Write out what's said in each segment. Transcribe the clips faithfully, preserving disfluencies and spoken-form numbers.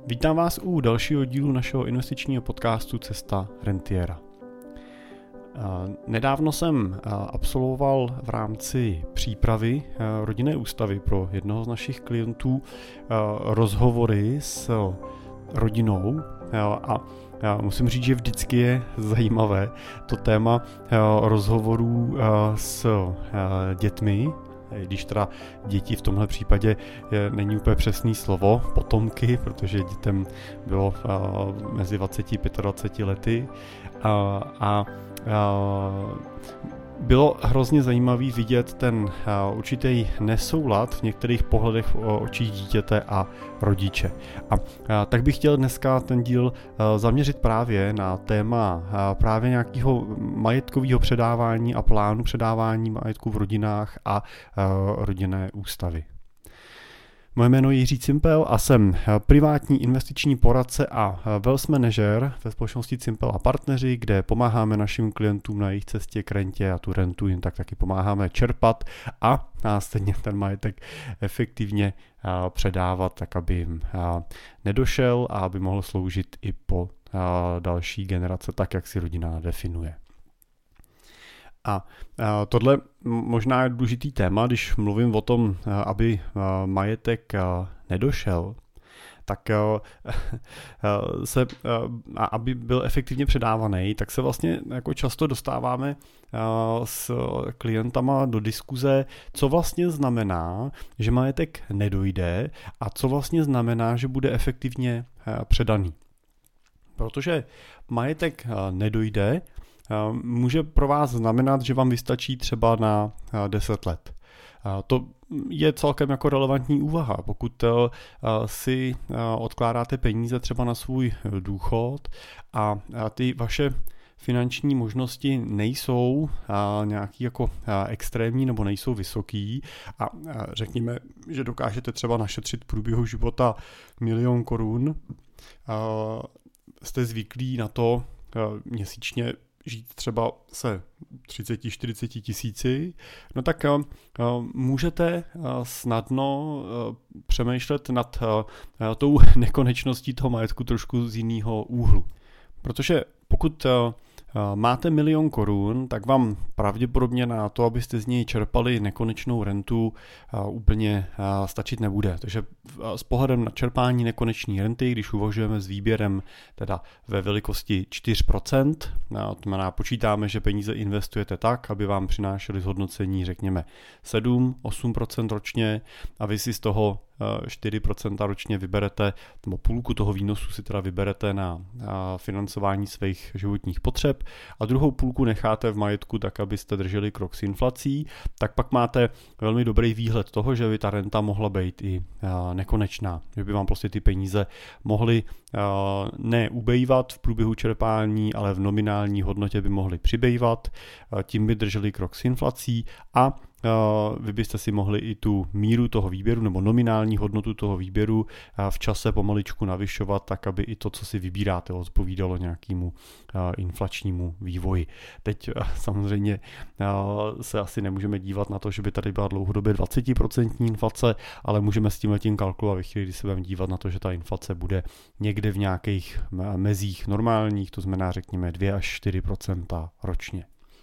Vítám vás u dalšího dílu našeho investičního podcastu Cesta rentiera. Nedávno jsem absolvoval v rámci přípravy rodinné ústavy pro jednoho z našich klientů rozhovory s rodinou a musím říct, že vždycky je zajímavé to téma rozhovorů s dětmi, když teda děti v tomhle případě není úplně přesný slovo, potomky, protože dětem bylo mezi dvacet a dvacet pět lety a, a, a bylo hrozně zajímavý vidět ten určitý nesoulad v některých pohledech očích dítěte a rodiče. A, a tak bych chtěl dneska ten díl zaměřit právě na téma právě nějakého majetkového předávání a plánu předávání majetku v rodinách a rodinné ústavy. Moje jméno je Jiří Cimpel a jsem privátní investiční poradce a wealth manager ve společnosti Cimpel a partneři, kde pomáháme našim klientům na jejich cestě k rentě a tu rentu jim tak taky pomáháme čerpat a následně ten majetek efektivně předávat, tak aby jim nedošel a aby mohl sloužit i po další generace, tak jak si rodina definuje. A tohle možná je důležitý téma, když mluvím o tom, aby majetek nedošel, tak se, aby byl efektivně předávaný, tak se vlastně jako často dostáváme s klientama do diskuze, co vlastně znamená, že majetek nedojde a co vlastně znamená, že bude efektivně předaný. Protože majetek nedojde, může pro vás znamenat, že vám vystačí třeba na deset let. To je celkem jako relevantní úvaha. Pokud si odkládáte peníze třeba na svůj důchod a ty vaše finanční možnosti nejsou nějaký jako extrémní nebo nejsou vysoký a řekněme, že dokážete třeba našetřit v průběhu života milion korun, jste zvyklí na to měsíčně žít třeba se třicet až čtyřicet tisíci, no tak uh, můžete uh, snadno uh, přemýšlet nad uh, tou nekonečností toho majetku trošku z jiného úhlu. Protože pokud uh, máte milion korun, tak vám pravděpodobně na to, abyste z něj čerpali nekonečnou rentu, úplně stačit nebude. Takže s pohledem na čerpání nekonečné renty, když uvažujeme s výběrem teda ve velikosti čtyři procenta, to znamená počítáme, že peníze investujete tak, aby vám přinášely zhodnocení řekněme sedm až osm procent ročně a vy si z toho čtyři procenta ročně vyberete, nebo půlku toho výnosu si teda vyberete na financování svých životních potřeb a druhou půlku necháte v majetku tak, abyste drželi krok s inflací, tak pak máte velmi dobrý výhled toho, že by ta renta mohla být i nekonečná, že by vám prostě ty peníze mohly ne ubejvat v průběhu čerpání, ale v nominální hodnotě by mohly přibývat, tím by drželi krok s inflací a vy byste si mohli i tu míru toho výběru nebo nominální hodnotu toho výběru v čase pomaličku navyšovat, tak aby i to, co si vybíráte, odpovídalo nějakému inflačnímu vývoji. Teď samozřejmě se asi nemůžeme dívat na to, že by tady byla dlouhodobě dvacet procent inflace, ale můžeme s tímhletím kalkulovat ve chvíli, kdy se budeme dívat na to, že ta inflace bude někde v nějakých mezích normálních, to znamená řekněme dva až čtyři procenta ročně.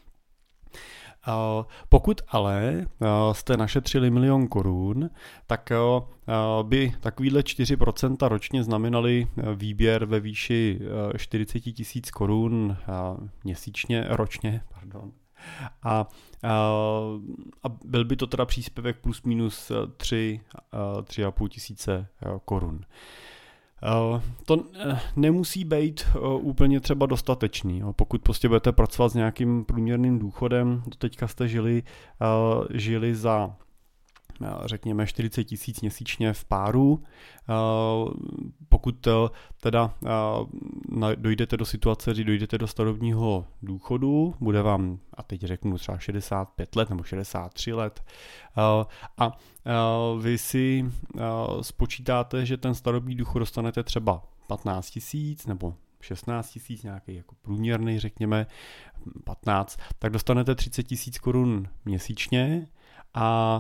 Pokud ale jste našetřili milion korun, tak by takovýhle čtyři procenta ročně znamenaly výběr ve výši čtyřicet tisíc korun měsíčně, ročně, pardon. A, a byl by to teda příspěvek plus minus tři, tři a půl tisíce korun. To nemusí být úplně třeba dostatečný. Pokud prostě budete pracovat s nějakým průměrným důchodem, doteďka jste žili, žili za řekněme čtyřicet tisíc měsíčně v páru. Pokud teda dojdete do situace, kdy dojdete do starobního důchodu, bude vám, a teď řeknu třeba šedesát pět let nebo šedesát tři let, a vy si spočítáte, že ten starobní důchod dostanete třeba patnáct tisíc nebo šestnáct tisíc, nějaký jako průměrný, řekněme patnáct, tak dostanete třicet tisíc korun měsíčně a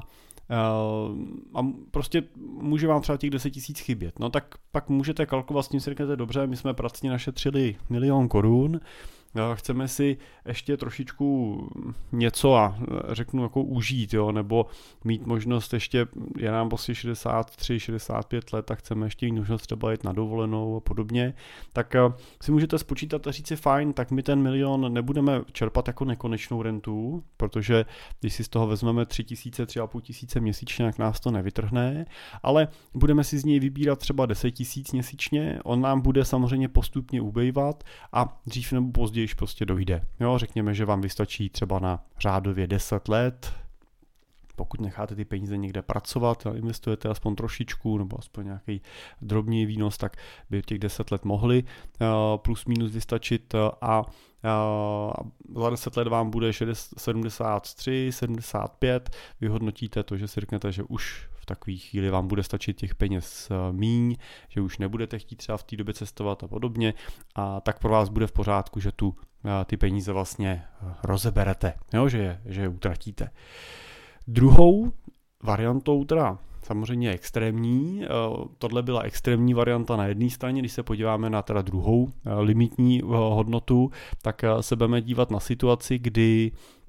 a prostě může vám třeba těch deset tisíc chybět. No tak pak můžete kalkulovat s tím, si řeknete, dobře, my jsme pracně našetřili milion korun, chceme si ještě trošičku něco a řeknu jako užít, jo, nebo mít možnost ještě, je nám prostě šedesát tři, šedesát pět let a chceme ještě mít možnost třeba jít na dovolenou a podobně, tak si můžete spočítat a říct si fajn, tak my ten milion nebudeme čerpat jako nekonečnou rentu, protože když si z toho vezmeme tři tisíce, tři a půl tisíce měsíčně, tak nás to nevytrhne, ale budeme si z něj vybírat třeba deset tisíc měsíčně, on nám bude samozřejmě postupně ubejvat a dřív nebo později prostě dojde. Jo, řekněme, že vám vystačí třeba na řádově deset let, pokud necháte ty peníze někde pracovat a investujete aspoň trošičku nebo aspoň nějaký drobný výnos, tak by těch deset let mohli plus minus vystačit a za deset let vám bude sedmdesát tři, sedmdesát pět, vyhodnotíte to, že si řeknete, že už v takové chvíli vám bude stačit těch peněz míň, že už nebudete chtít třeba v té době cestovat a podobně, a tak pro vás bude v pořádku, že tu ty peníze vlastně rozeberete, jo, že, je, že je utratíte. Druhou variantou, teda samozřejmě extrémní, tohle byla extrémní varianta na jedné straně, když se podíváme na teda druhou limitní hodnotu, tak se budeme dívat na situaci, kdy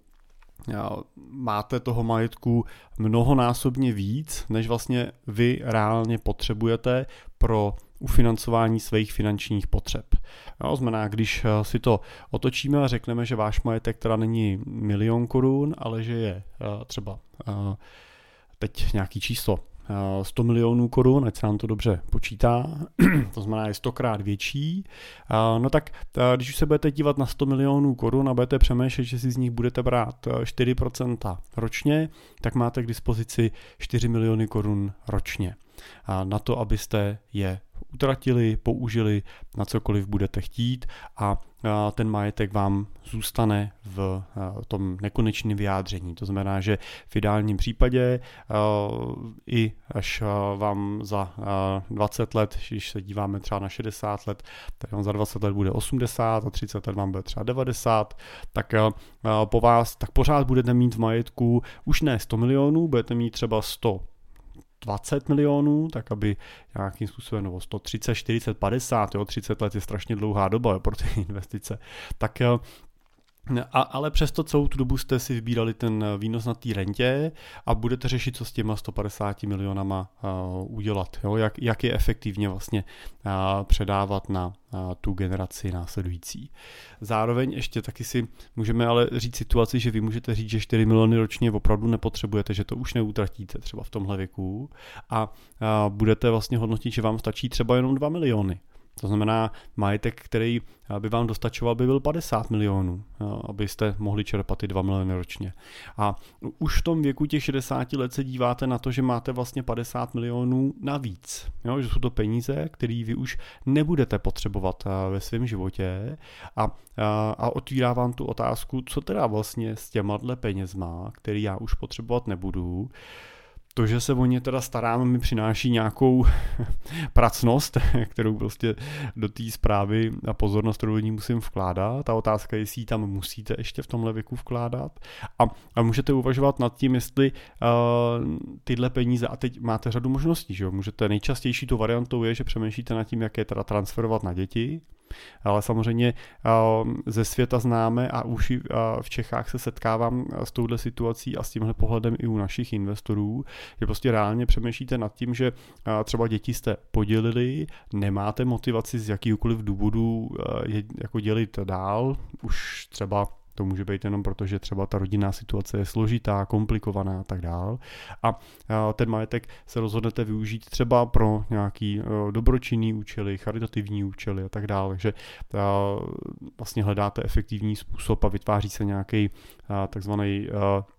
máte toho majetku mnohonásobně víc, než vlastně vy reálně potřebujete pro ufinancování svých finančních potřeb. Jo, znamená, když si to otočíme a řekneme, že váš majetek teda není milion korun, ale že je třeba teď nějaký číslo sto milionů korun, ať se nám to dobře počítá, to znamená je stokrát větší, no tak když už se budete dívat na sto milionů korun a budete přemýšlet, že si z nich budete brát čtyři procenta ročně, tak máte k dispozici čtyři miliony korun ročně. Na to, abyste je utratili, použili na cokoliv budete chtít a ten majetek vám zůstane v tom nekonečném vyjádření. To znamená, že v ideálním případě i až vám za dvacet let, když se díváme třeba na šedesát let, tak vám za dvacet let bude osmdesát a třicet let vám bude třeba devadesát, tak po vás, tak pořád budete mít v majetku už ne sto milionů, budete mít třeba sto dvacet milionů, tak aby nějakým způsobem, nebo sto třicet, čtyřicet, padesát, jo, třicet let je strašně dlouhá doba, jo, pro ty investice. Tak A, ale přesto celou tu dobu jste si vybírali ten výnos na té rentě a budete řešit, co s těma sto padesáti milionama uh, udělat. Jo? Jak, jak je efektivně vlastně uh, předávat na uh, tu generaci následující. Zároveň ještě taky si můžeme ale říct situaci, že vy můžete říct, že čtyři miliony ročně opravdu nepotřebujete, že to už neutratíte třeba v tomhle věku a uh, budete vlastně hodnotit, že vám stačí třeba jenom dva miliony. To znamená, majetek, který by vám dostačoval, by byl padesát milionů, abyste mohli čerpat ty dva miliony ročně. A už v tom věku těch šedesáti let se díváte na to, že máte vlastně padesát milionů navíc. Jo? Že jsou to peníze, které vy už nebudete potřebovat ve svém životě a, a, a otvírá vám tu otázku, co teda vlastně s těmahle penězma, který já už potřebovat nebudu. To, že se o ně teda starám, mi přináší nějakou pracnost, kterou prostě do té zprávy a pozornost, kterou do ní musím vkládat. Ta otázka je, jestli ji tam musíte ještě v tomhle věku vkládat. A, a můžete uvažovat nad tím, jestli uh, tyhle peníze, a teď máte řadu možností, že jo? Můžete, nejčastější tu variantou je, že přemýšlíte nad tím, jak je teda transferovat na děti, ale samozřejmě uh, ze světa známe a už uh, v Čechách se setkávám s touhle situací a s tímhle pohledem i u našich investorů, že prostě reálně přemýšlíte nad tím, že uh, třeba děti jste podělili, nemáte motivaci z jakýkoliv důvodu uh, je, jako dělit dál, už třeba to může být jenom proto, že třeba ta rodinná situace je složitá, komplikovaná a tak dál. A ten majetek se rozhodnete využít třeba pro nějaký dobročinný účely, charitativní účely a tak dále. Takže vlastně hledáte efektivní způsob a vytváří se nějaký takzvaný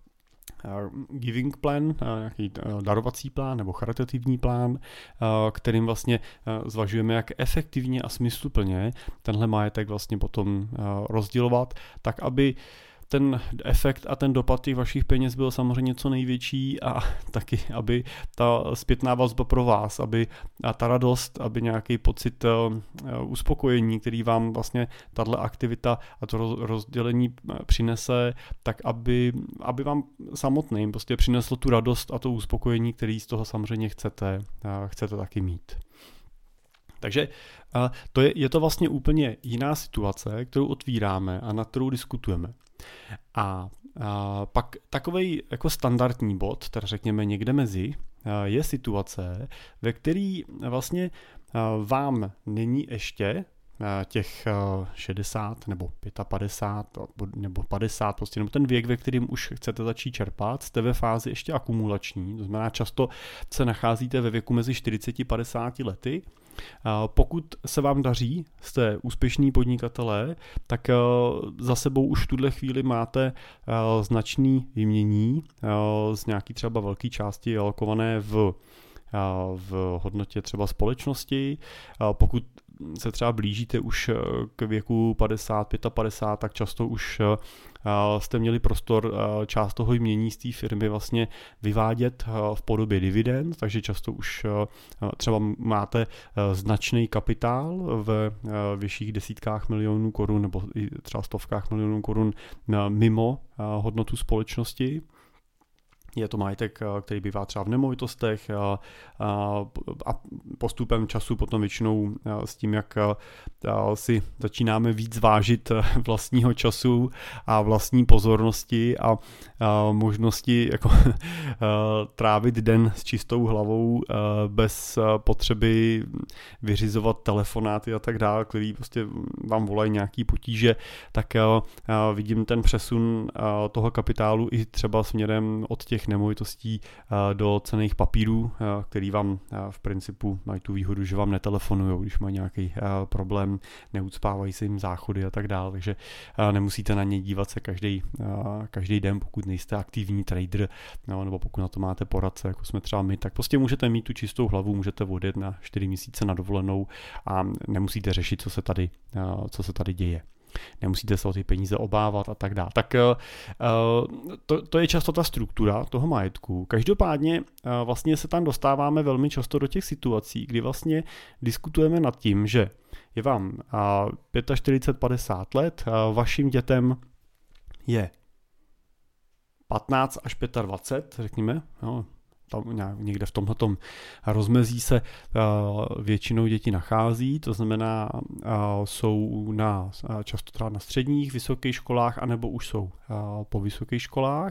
giving plan, nějaký darovací plán nebo charitativní plán, kterým vlastně zvažujeme, jak efektivně a smysluplně tenhle majetek vlastně potom rozdělovat, tak aby ten efekt a ten dopad těch vašich peněz byl samozřejmě co největší a taky, aby ta zpětná vazba pro vás, aby a ta radost, aby nějaký pocit uh, uspokojení, který vám vlastně tahle aktivita a to rozdělení přinese, tak aby, aby vám samotným prostě přineslo tu radost a to uspokojení, který z toho samozřejmě chcete, uh, chcete taky mít. Takže uh, to je, je to vlastně úplně jiná situace, kterou otvíráme a na kterou diskutujeme. A, a pak takovej jako standardní bod, teda řekněme někde mezi, je situace, ve který vlastně vám není ještě těch šedesát nebo padesát pět nebo padesát, prostě, nebo ten věk, ve kterým už chcete začít čerpat, jste ve fázi ještě akumulační, to znamená často se nacházíte ve věku mezi čtyřicet a padesát lety. Pokud se vám daří, jste úspěšní podnikatelé, tak za sebou už v tuhle chvíli máte značný vymění z nějaký třeba velké části alokované v, v hodnotě třeba společnosti. Pokud se třeba blížíte už k věku padesát, padesát pět, tak často už jste měli prostor část toho jmění z té firmy vlastně vyvádět v podobě dividend, takže často už třeba máte značný kapitál ve vyšších desítkách milionů korun nebo třeba stovkách milionů korun mimo hodnotu společnosti. Je to majetek, který bývá třeba v nemovitostech a, a postupem času potom většinou s tím, jak si začínáme víc vážit vlastního času a vlastní pozornosti a, a možnosti jako trávit den s čistou hlavou bez potřeby vyřizovat telefonáty a tak dále, který prostě vám volají nějaký potíže, tak vidím ten přesun toho kapitálu i třeba směrem od těch nemovitostí do cenných papírů, který vám v principu mají tu výhodu, že vám netelefonují, když mají nějaký problém, neucpávají se jim záchody a tak dále, takže nemusíte na ně dívat se každý, každý den, pokud nejste aktivní trader, no, nebo pokud na to máte poradce, jako jsme třeba my, tak prostě můžete mít tu čistou hlavu, můžete odjet na čtyři měsíce na dovolenou a nemusíte řešit, co se tady, co se tady děje. Nemusíte se o ty peníze obávat a tak dále. Tak to, to je často ta struktura toho majetku. Každopádně vlastně se tam dostáváme velmi často do těch situací, kdy vlastně diskutujeme nad tím, že je vám čtyřicet pět padesát let, vašim dětem je patnáct až dvacet pět, řekněme, jo, tam někde v tomhletom rozmezí se uh, většinou děti nachází, to znamená, uh, jsou na, často třeba na středních, vysokých školách, anebo už jsou uh, po vysokých školách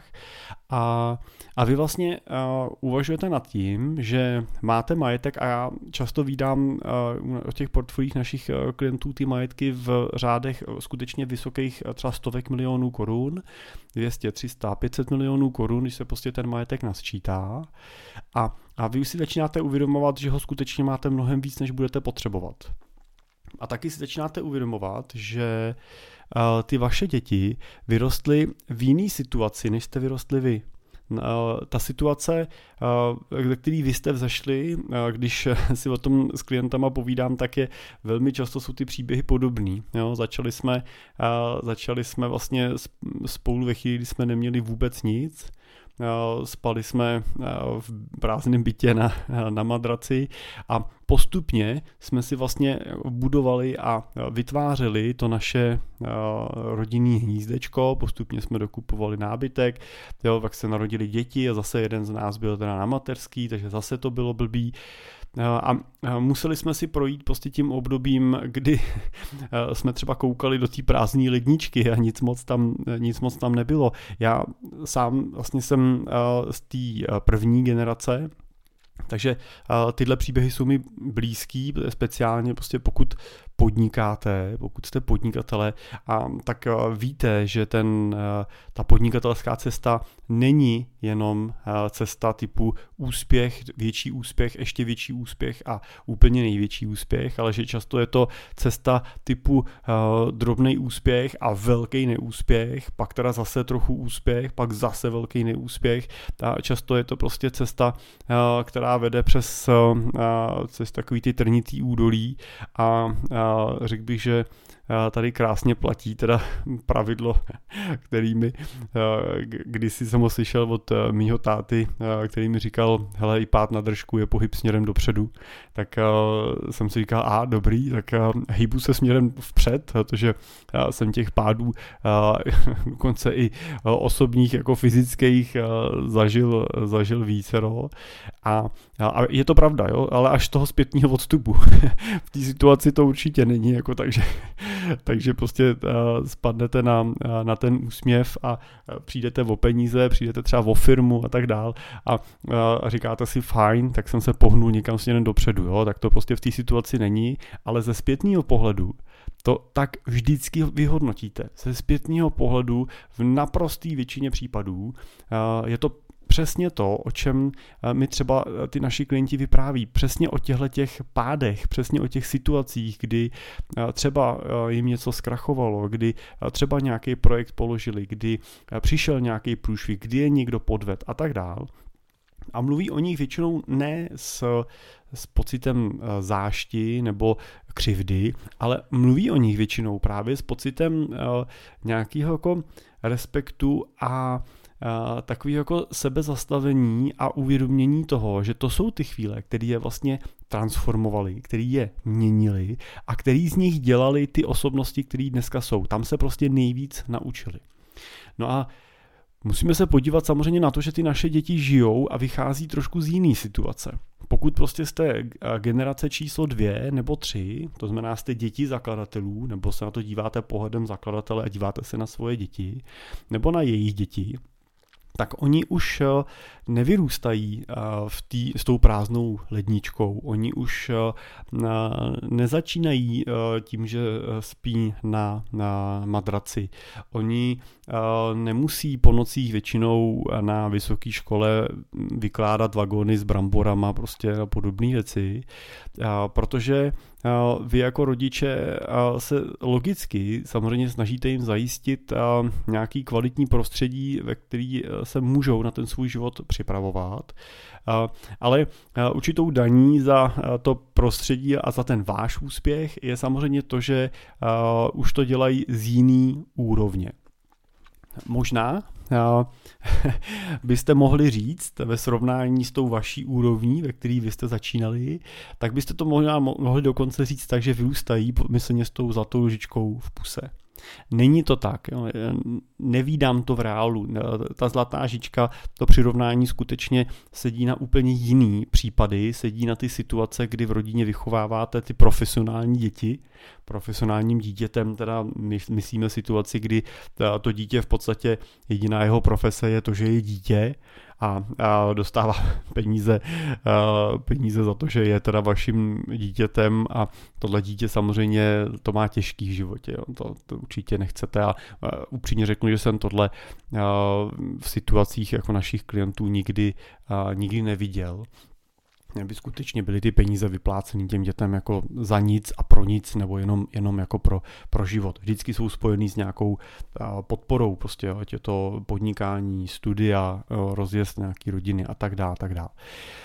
a, a vy vlastně uh, uvažujete nad tím, že máte majetek a já často vídám uh, o těch portfoliích našich uh, klientů ty majetky v řádech uh, skutečně vysokých uh, třeba stovek milionů korun, dvě stě, tři sta, pět set milionů korun, když se prostě ten majetek nasčítá. A, a vy už si začínáte uvědomovat, že ho skutečně máte mnohem víc, než budete potřebovat. A taky si začínáte uvědomovat, že uh, ty vaše děti vyrostly v jiný situaci, než jste vyrostli vy. Uh, ta situace, uh, ze který vy jste vzešli, uh, když si o tom s klientama povídám, tak je velmi často jsou ty příběhy podobný. Jo? Začali jsme, uh, začali jsme vlastně spolu ve chvíli, kdy jsme neměli vůbec nic. Spali jsme v prázdném bytě na, na madraci a postupně jsme si vlastně budovali a vytvářeli to naše rodinné hnízdečko, postupně jsme dokupovali nábytek, jo, pak se narodili děti a zase jeden z nás byl teda na mateřský, takže zase to bylo blbý. A museli jsme si projít prostě tím obdobím, kdy jsme třeba koukali do té prázdné ledničky a nic moc tam, nic moc tam nebylo. Já sám vlastně jsem z té první generace, takže tyhle příběhy jsou mi blízký, speciálně prostě pokud podnikáte, pokud jste podnikatelé, a tak víte, že ten, ta podnikatelská cesta není jenom cesta typu úspěch, větší úspěch, ještě větší úspěch a úplně největší úspěch, ale že často je to cesta typu uh, drobný úspěch a velký neúspěch, pak teda zase trochu úspěch, pak zase velký neúspěch. A často je to prostě cesta, uh, která vede přes, uh, přes takový ty trnitý údolí a uh, řekl bych, že tady krásně platí teda pravidlo, kterými kdysi jsem ho slyšel od mýho táty, který mi říkal, hele, i pád na držku je pohyb směrem dopředu, tak jsem si říkal, a dobrý, tak hýbu se směrem vpřed, protože jsem těch pádů dokonce i osobních jako fyzických zažil, zažil vícero a, a je to pravda, jo, ale až toho zpětního odstupu. V té situaci to určitě není, jako takže, takže prostě spadnete na, na ten úsměv a přijdete o peníze, přijdete třeba o firmu a tak dál a, a říkáte si fajn, tak jsem se pohnul někam směrem dopředu, jo, tak to prostě v té situaci není, ale ze zpětného pohledu to tak vždycky vyhodnotíte. Ze zpětného pohledu v naprosté většině případů je to přesně to, o čem mi třeba ty naši klienti vypráví. Přesně o těchto těch pádech, přesně o těch situacích, kdy třeba jim něco zkrachovalo, kdy třeba nějaký projekt položili, kdy přišel nějaký průšvih, kdy je někdo podved a tak dál. A mluví o nich většinou ne s, s pocitem zášti nebo křivdy, ale mluví o nich většinou právě s pocitem uh, nějakého jako respektu a uh, takového jako sebezastavení a uvědomění toho, že to jsou ty chvíle, které je vlastně transformovaly, které je měnily a které z nich dělali ty osobnosti, které dneska jsou. Tam se prostě nejvíc naučili. No a musíme se podívat samozřejmě na to, že ty naše děti žijou a vychází trošku z jiný situace. Pokud prostě jste generace číslo dvě nebo tři, to znamená jste děti zakladatelů, nebo se na to díváte pohledem zakladatele a díváte se na svoje děti, nebo na jejich děti, tak oni už nevyrůstají v tý, s tou prázdnou ledničkou. Oni už nezačínají tím, že spí na, na madraci. Oni nemusí po nocích většinou na vysoké škole vykládat vagóny s bramborama prostě a podobné věci, protože vy jako rodiče se logicky samozřejmě snažíte jim zajistit nějaký kvalitní prostředí, ve který se můžou na ten svůj život připravovat, ale určitou daní za to prostředí a za ten váš úspěch je samozřejmě to, že už to dělají z jiný úrovně. Možná byste mohli říct ve srovnání s tou vaší úrovní, ve který vy jste začínali, tak byste to možná mohli dokonce říct tak, že vyrůstají pomyslně s tou zlatou lžičkou v puse. Není to tak, jo. Nevídám to v reálu. Ta zlatá žička, to přirovnání skutečně sedí na úplně jiný případy, sedí na ty situace, kdy v rodině vychováváte ty profesionální děti. Profesionálním dítětem teda my, myslíme situaci, kdy to dítě v podstatě jediná jeho profese je to, že je dítě a, a dostává peníze, a peníze za to, že je teda vaším dítětem a tohle dítě samozřejmě to má těžký v životě. Jo. To, to určitě nechcete a, a upřímně řeknu, že jsem tohle a, v situacích jako našich klientů nikdy, a, nikdy neviděl. By skutečně byly ty peníze vypláceny těm dětem jako za nic a pro nic, nebo jenom, jenom jako pro, pro život. Vždycky jsou spojený s nějakou podporou, prostě, ať je to podnikání, studia, rozjezd nějaký rodiny a tak dále, tak dále.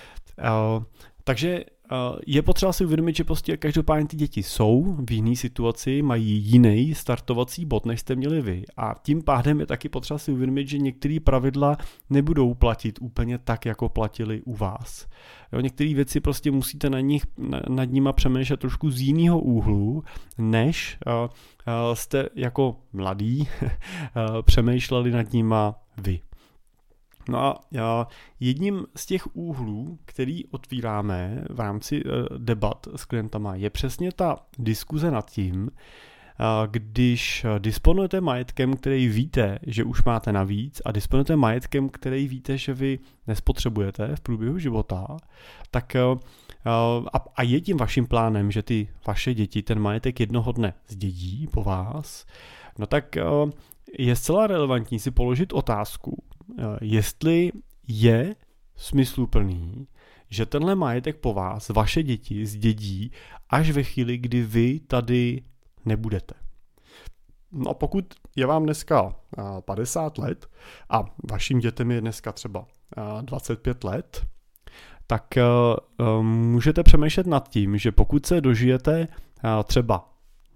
Takže je potřeba si uvědomit, že prostě každopádně ty děti jsou v jiné situaci, mají jiný startovací bod, než jste měli vy. A tím pádem je taky potřeba si uvědomit, že některé pravidla nebudou platit úplně tak, jako platili u vás. Jo, některé věci prostě musíte na nich, nad nima přemýšlet trošku z jiného úhlu, než uh, uh, jste jako mladí uh, přemýšleli nad nima vy. No a jedním z těch úhlů, který otvíráme v rámci debat s klientama, je přesně ta diskuze nad tím, když disponujete majetkem, který víte, že už máte navíc a disponujete majetkem, který víte, že vy nespotřebujete v průběhu života, tak a je tím vaším plánem, že ty vaše děti ten majetek jednoho dne zdědí po vás, no tak je zcela relevantní si položit otázku, jestli je smysluplný, že tenhle majetek po vás vaše děti zdědí až ve chvíli, kdy vy tady nebudete. No a pokud je vám dneska padesát let a vašim dětem je dneska třeba dvacet pět let, tak můžete přemýšlet nad tím, že pokud se dožijete třeba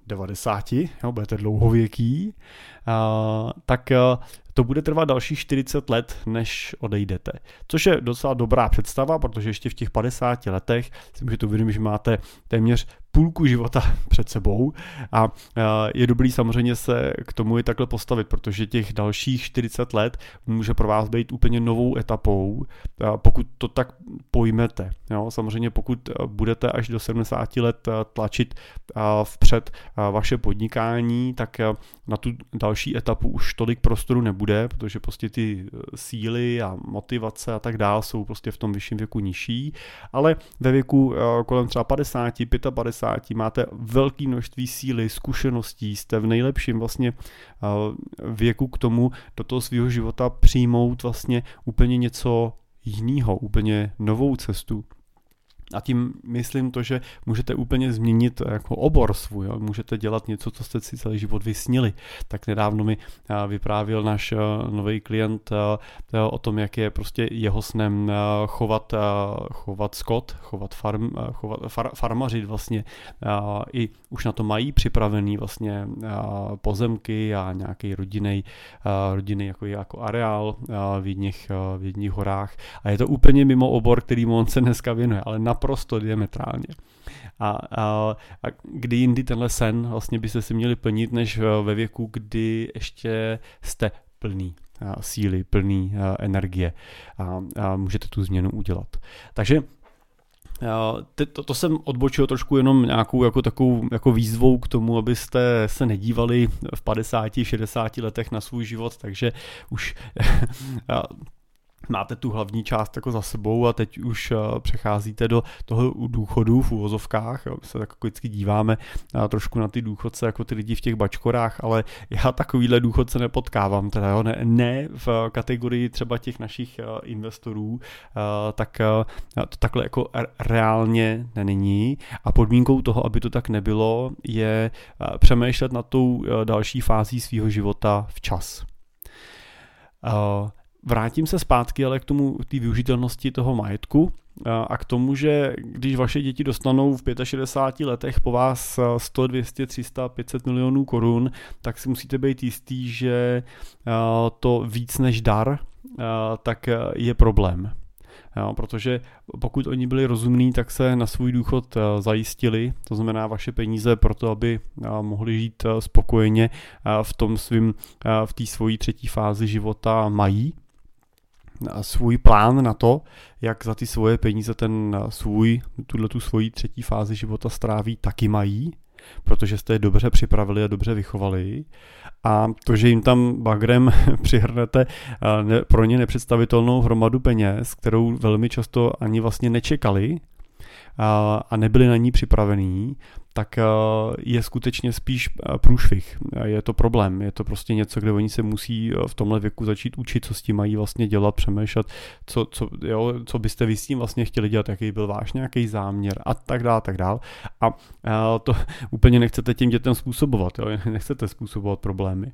devadesáti, jo, budete dlouhověký, uh, tak uh, to bude trvat dalších čtyřicet let, než odejdete. Což je docela dobrá představa, protože ještě v těch padesáti letech si můžete uvědomit, že máte téměř půlku života před sebou a je dobrý samozřejmě se k tomu i takhle postavit, protože těch dalších čtyřicet let může pro vás být úplně novou etapou, pokud to tak pojmete. Jo? Samozřejmě pokud budete až do sedmdesáti let tlačit vpřed vaše podnikání, tak na tu další etapu už tolik prostoru nebude, protože prostě ty síly a motivace a tak dále jsou prostě v tom vyšším věku nižší, ale ve věku kolem třeba padesáti, padesát pěti máte velké množství síly, zkušeností, jste v nejlepším vlastně věku k tomu do toho svého života přijmout vlastně úplně něco jiného, úplně novou cestu. A tím myslím to, že můžete úplně změnit jako obor svůj, jo? Můžete dělat něco, co jste si celý život vysnili. Tak nedávno mi vyprávěl náš nový klient o tom, jak je prostě jeho snem chovat, chovat skot, chovat, farm, chovat far, farmařit vlastně. I už na to mají připravený vlastně pozemky a nějaký rodinný, rodinný jako, jako areál v jedných, v jedných horách. A je to úplně mimo obor, kterýmu on se dneska věnuje, ale naprosto diametrálně. A, a, a kdy jindy tenhle sen vlastně byste si měli plnit, než ve věku, kdy ještě jste plný a, síly, plný a, energie a, a můžete tu změnu udělat. Takže To, to jsem odbočil trošku jenom nějakou jako takovou jako výzvou k tomu, abyste se nedívali v padesáti, šedesáti letech na svůj život, takže už máte tu hlavní část jako za sebou a teď už přecházíte do toho důchodu v uvozovkách. Jo. My se tak jako vždycky díváme trošku na ty důchodce jako ty lidi v těch bačkorách, ale já takovýhle důchodce nepotkávám. Teda, jo. Ne, ne v kategorii třeba těch našich investorů, tak to takhle jako reálně není. A podmínkou toho, aby to tak nebylo, je přemýšlet nad tou další fází svého života včas. Vrátím se zpátky ale k tomu, té využitelnosti toho majetku a k tomu, že když vaše děti dostanou v šedesáti pěti letech po vás sto, dvě stě, tři sta, pět set milionů korun, tak si musíte být jistý, že to víc než dar, tak je problém. Jo, protože pokud oni byli rozumní, tak se na svůj důchod zajistili, to znamená vaše peníze pro to, aby mohli žít spokojeně v tom svým, v té svojí třetí fázi života mají. Svůj plán na to, jak za ty svoje peníze ten svůj, tuhletu svoji třetí fázi života stráví, taky mají, protože jste je dobře připravili a dobře vychovali. A to, že jim tam bagrem přihrnete pro ně nepředstavitelnou hromadu peněz, kterou velmi často ani vlastně nečekali a nebyli na ní připravení, tak je skutečně spíš průšvih. Je to problém, je to prostě něco, kde oni se musí v tomhle věku začít učit, co s tím mají vlastně dělat, přemýšlet, co, co, jo, co byste vy s tím vlastně chtěli dělat, jaký byl váš nějaký záměr a tak dále, tak dále. A to úplně nechcete těm dětem způsobovat, jo? Nechcete způsobovat problémy.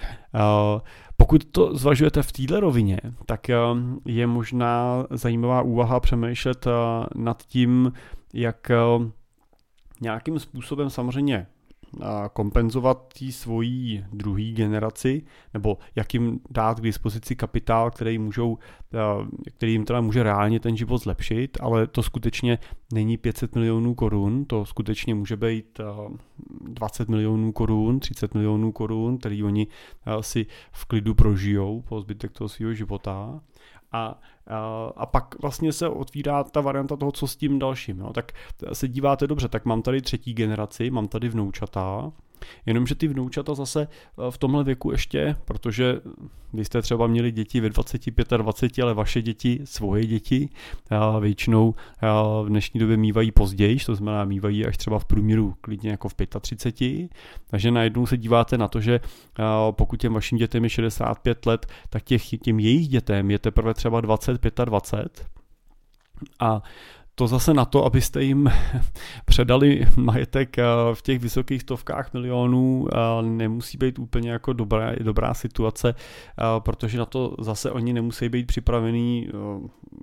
Pokud to zvažujete v této rovině, tak je možná zajímavá úvaha přemýšlet nad tím, jak nějakým způsobem samozřejmě kompenzovat tý svojí druhý generaci, nebo jak jim dát k dispozici kapitál, který, můžou, který jim teda může reálně ten život zlepšit, ale to skutečně není pět set milionů korun, to skutečně může být dvacet milionů korun, třicet milionů korun, který oni si v klidu prožijou po zbytek toho svého života. A, a, a pak vlastně se otvírá ta varianta toho, co s tím dalším. Jo. Tak se díváte dobře, tak mám tady třetí generaci, mám tady vnoučata, jenomže ty vnoučata zase v tomhle věku ještě, protože vy jste třeba měli děti ve dvaceti, dvaceti pěti, ale vaše děti, svoje děti, většinou v dnešní době mívají později, to znamená mívají až třeba v průměru klidně jako v třiceti pěti, takže najednou se díváte na to, že pokud těm vašim dětem je šedesát pět let, tak těch, těm jejich dětem je teprve třeba dvacet, dvacet pět a to zase na to, abyste jim předali majetek v těch vysokých stovkách milionů, nemusí být úplně jako dobrá, dobrá situace, protože na to zase oni nemusí být připravení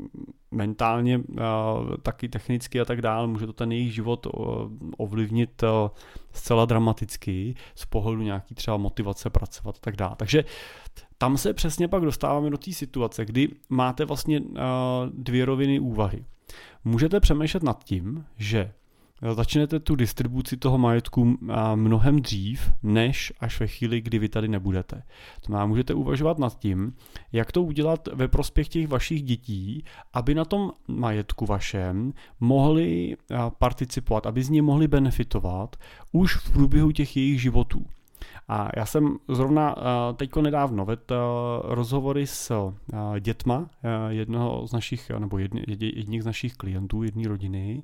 mentálně, taky technicky a tak dále, může to ten jejich život ovlivnit zcela dramaticky z pohledu nějaký třeba motivace pracovat a tak dále. Takže tam se přesně pak dostáváme do té situace, kdy máte vlastně dvě roviny úvahy. Můžete přemýšlet nad tím, že začnete tu distribuci toho majetku mnohem dřív, než až ve chvíli, kdy vy tady nebudete. To znamená, můžete uvažovat nad tím, jak to udělat ve prospěch těch vašich dětí, aby na tom majetku vašem mohli participovat, aby z něj mohli benefitovat už v průběhu těch jejich životů. A já jsem zrovna teďko nedávno vedl rozhovory s dětma jednoho z našich, nebo jedních z našich klientů, jedné rodiny,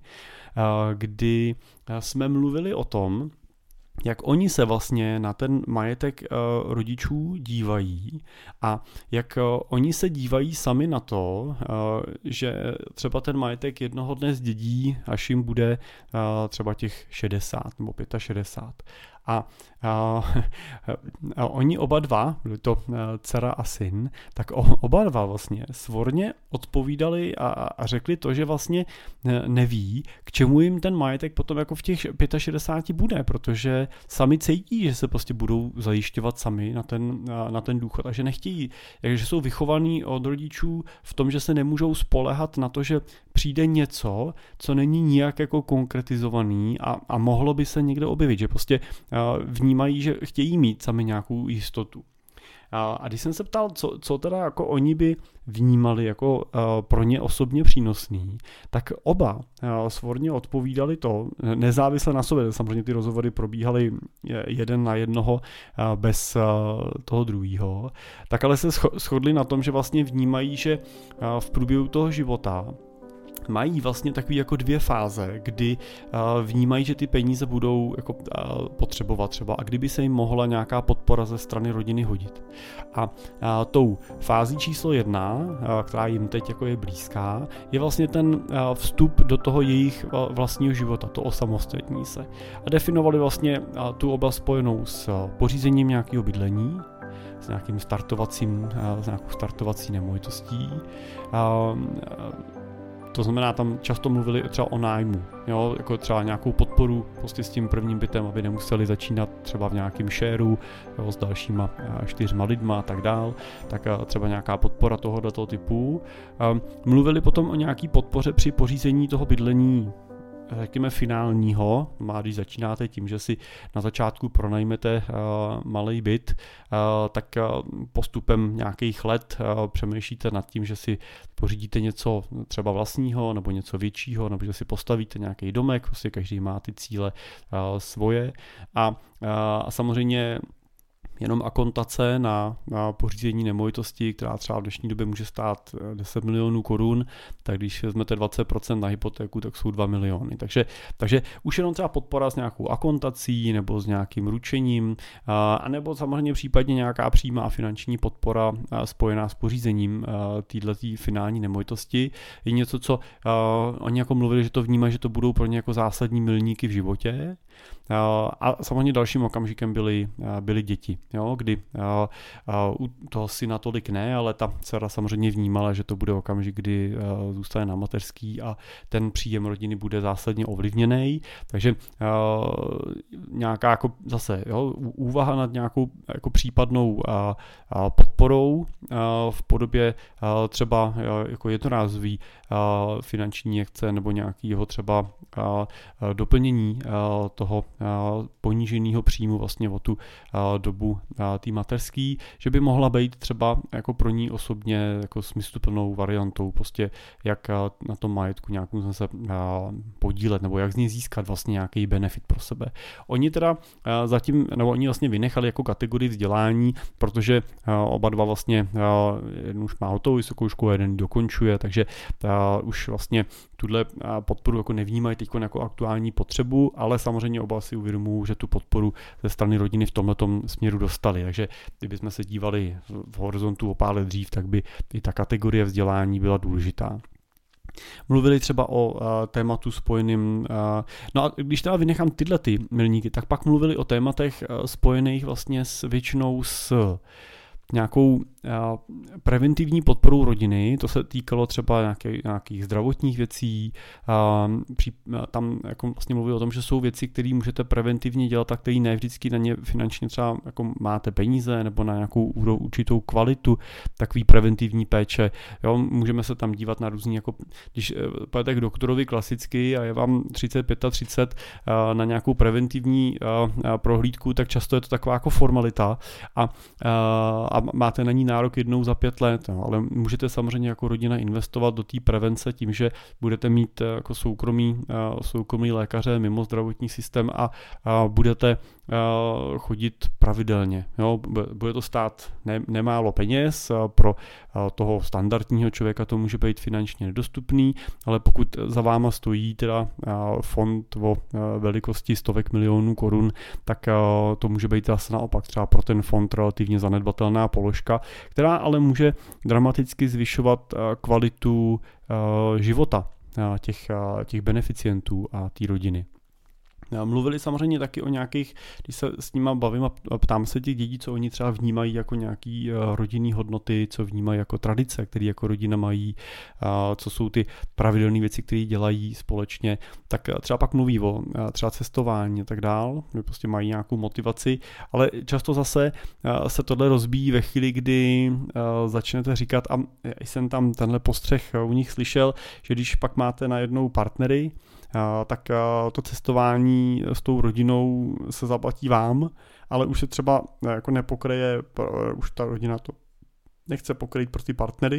kdy jsme mluvili o tom, jak oni se vlastně na ten majetek rodičů dívají a jak oni se dívají sami na to, že třeba ten majetek jednoho dne zdědí, až jim bude třeba těch šedesát nebo šedesát pět. A, a, a oni oba dva, byli to dcera a syn, tak oba dva vlastně svorně odpovídali a, a řekli to, že vlastně neví, k čemu jim ten majetek potom jako v těch šedesáti pěti bude, protože sami cítí, že se prostě budou zajišťovat sami na ten, na ten důchod a že nechtějí, že jsou vychovaní od rodičů v tom, že se nemůžou spoléhat na to, že přijde něco, co není nijak jako konkretizovaný a, a mohlo by se někde objevit, že prostě vnímají, že chtějí mít sami nějakou jistotu. A když jsem se ptal, co, co teda jako oni by vnímali jako pro ně osobně přínosný, tak oba svorně odpovídali to, nezávisle na sobě, samozřejmě ty rozhovory probíhaly jeden na jednoho bez toho druhého, tak ale se shodli na tom, že vlastně vnímají, že v průběhu toho života mají vlastně takový jako dvě fáze, kdy uh, vnímají, že ty peníze budou jako uh, potřebovat třeba a kdyby se jim mohla nějaká podpora ze strany rodiny hodit. A uh, tou fází číslo jedna, uh, která jim teď jako je blízká, je vlastně ten uh, vstup do toho jejich uh, vlastního života, to osamostatní se. A definovali vlastně uh, tu oblast spojenou s uh, pořízením nějakého bydlení, s nějakým startovacím, uh, s nějakou startovací nemovitostí, uh, uh, to znamená, tam často mluvili třeba o nájmu, jo, jako třeba nějakou podporu prostě s tím prvním bytem, aby nemuseli začínat třeba v nějakém shareu, jo, s dalšíma čtyřma lidma a tak dál, tak třeba nějaká podpora tohoto typu. Mluvili potom o nějaký podpoře při pořízení toho bydlení, řekněme finálního, má, když začínáte tím, že si na začátku pronajmete uh, malý byt, uh, tak uh, postupem nějakých let uh, přemýšlíte nad tím, že si pořídíte něco třeba vlastního, nebo něco většího, nebo že si postavíte nějaký domek, prostě každý má ty cíle uh, svoje a, uh, a samozřejmě jenom akontace na, na pořízení nemovitosti, která třeba v dnešní době může stát deset milionů korun, tak když vezmete dvacet procent na hypotéku, tak jsou dva miliony. Takže, takže už jenom třeba podpora s nějakou akontací nebo s nějakým ručením, a nebo samozřejmě případně nějaká přímá finanční podpora spojená s pořízením této finální nemovitosti je něco, co oni jako mluvili, že to vnímají, že to budou pro ně jako zásadní milníky v životě. A samozřejmě dalším okamžikem byly, byly děti, jo, kdy u toho syna tolik ne, ale ta dcera samozřejmě vnímala, že to bude okamžik, kdy zůstane na mateřský a ten příjem rodiny bude zásadně ovlivněný, takže nějaká jako zase jo, úvaha nad nějakou jako případnou podporou v podobě třeba jako jednorázový finanční akce nebo nějakého třeba doplnění toho poníženého příjmu vlastně o tu dobu té mateřský, že by mohla být třeba jako pro ní osobně jako smysluplnou variantou, prostě jak na tom majetku nějakou se podílet nebo jak z něj získat vlastně nějaký benefit pro sebe. Oni teda zatím, nebo oni vlastně vynechali jako kategorii vzdělání, protože oba dva vlastně, jeden už má hotovou vysokou školu, jeden dokončuje, takže už vlastně tuhle podporu jako nevnímají teď jako aktuální potřebu, ale samozřejmě oba si uvědomují, že tu podporu ze strany rodiny v tomhletom směru dostali. Takže kdybychom se dívali v horizontu o pár let dřív, tak by i ta kategorie vzdělání byla důležitá. Mluvili třeba o uh, tématu spojeným, uh, no a když teda vynechám tyhle ty milníky, tak pak mluvili o tématech uh, spojených vlastně s většinou s nějakou preventivní podporou rodiny, to se týkalo třeba nějaký, nějakých zdravotních věcí, tam jako vlastně mluví o tom, že jsou věci, které můžete preventivně dělat a které ne vždycky na ně finančně třeba jako máte peníze nebo na nějakou určitou kvalitu takový preventivní péče. Jo, můžeme se tam dívat na různý, jako když půjdete k doktorovi klasicky a je vám třicet, třicet pět na nějakou preventivní prohlídku, tak často je to taková jako formalita a, a máte na ní nárok jednou za pět let, no, ale můžete samozřejmě jako rodina investovat do té prevence tím, že budete mít jako soukromý, soukromý lékaře mimo zdravotní systém a, a budete chodit pravidelně. Jo, bude to stát ne, nemálo peněz, pro toho standardního člověka to může být finančně nedostupný, ale pokud za váma stojí teda fond o velikosti stovek milionů korun, tak to může být zase naopak třeba pro ten fond relativně zanedbatelná položka, která ale může dramaticky zvyšovat kvalitu života těch, těch beneficientů a té rodiny. Mluvili samozřejmě taky o nějakých, když se s nima bavím a ptám se těch dětí, co oni třeba vnímají jako nějaký rodinný hodnoty, co vnímají jako tradice, které jako rodina mají, co jsou ty pravidelné věci, které dělají společně, tak třeba pak mluví o třeba cestování a tak dál, prostě mají nějakou motivaci, ale často zase se tohle rozbíjí ve chvíli, kdy začnete říkat, a jsem tam tenhle postřeh u nich slyšel, že když pak máte najednou partnery, tak to cestování s tou rodinou se zaplatí vám, ale už se třeba jako nepokryje, už ta rodina to nechce pokrýt pro ty partnery.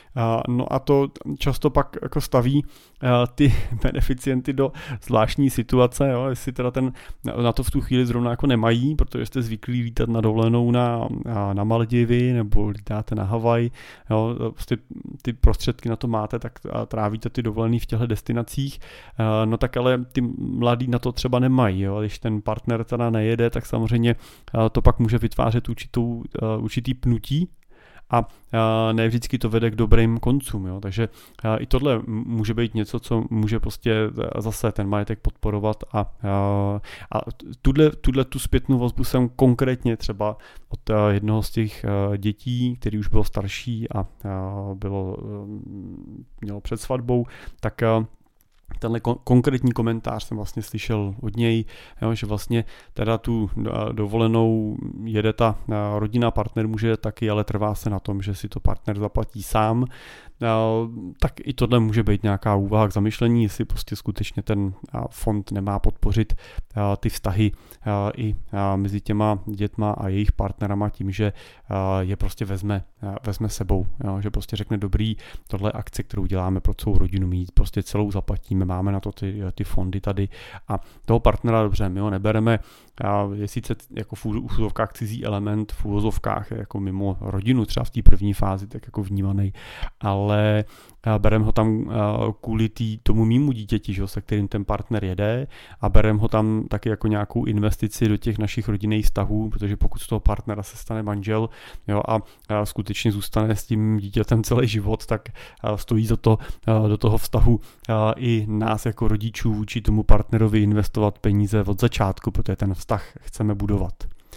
No a to často pak jako staví ty beneficienty do zvláštní situace, jo, jestli teda ten, na to v tu chvíli zrovna jako nemají, protože jste zvyklí lítat na dovolenou na, na Maldivy nebo lítáte na Havaj, jo, prostě ty prostředky na to máte, tak trávíte ty dovolený v těchto destinacích, no tak ale ty mladí na to třeba nemají, jo, když ten partner teda nejede, tak samozřejmě to pak může vytvářet určitou, určitý pnutí, a ne vždycky to vede k dobrým koncům, jo? Takže i tohle může být něco, co může prostě zase ten majetek podporovat a, a tuhle, tuhle tu zpětnou vazbu jsem konkrétně třeba od jednoho z těch dětí, který už byl starší a bylo, mělo před svatbou, tak tenhle kon- konkrétní komentář jsem vlastně slyšel od něj, jo, že vlastně teda tu dovolenou jede ta rodina, partner může taky, ale trvá se na tom, že si to partner zaplatí sám, tak i tohle může být nějaká úvaha k zamyšlení, jestli prostě skutečně ten fond nemá podpořit ty vztahy i mezi těma dětma a jejich partnerama tím, že je prostě vezme, vezme sebou, jo, že prostě řekne dobrý, tohle akce, kterou děláme pro celou rodinu, mít prostě celou zaplatíme, máme na to ty, ty fondy tady a toho partnera dobře, my ho nebereme, je sice jako v úvozovkách cizí element, v úvozovkách jako mimo rodinu, třeba v té první fázi, tak jako vnímaný, ale bereme ho tam kvůli tý, tomu mýmu dítěti, že, se kterým ten partner jede a bereme ho tam taky jako nějakou investici do těch našich rodinných vztahů, protože pokud z toho partnera se stane manžel, jo, a, a skutečně zůstane s tím dítětem celý život, tak stojí za to do toho vztahu i nás jako rodičů vůči tomu partnerovi investovat peníze od začátku, protože ten vztah chceme budovat.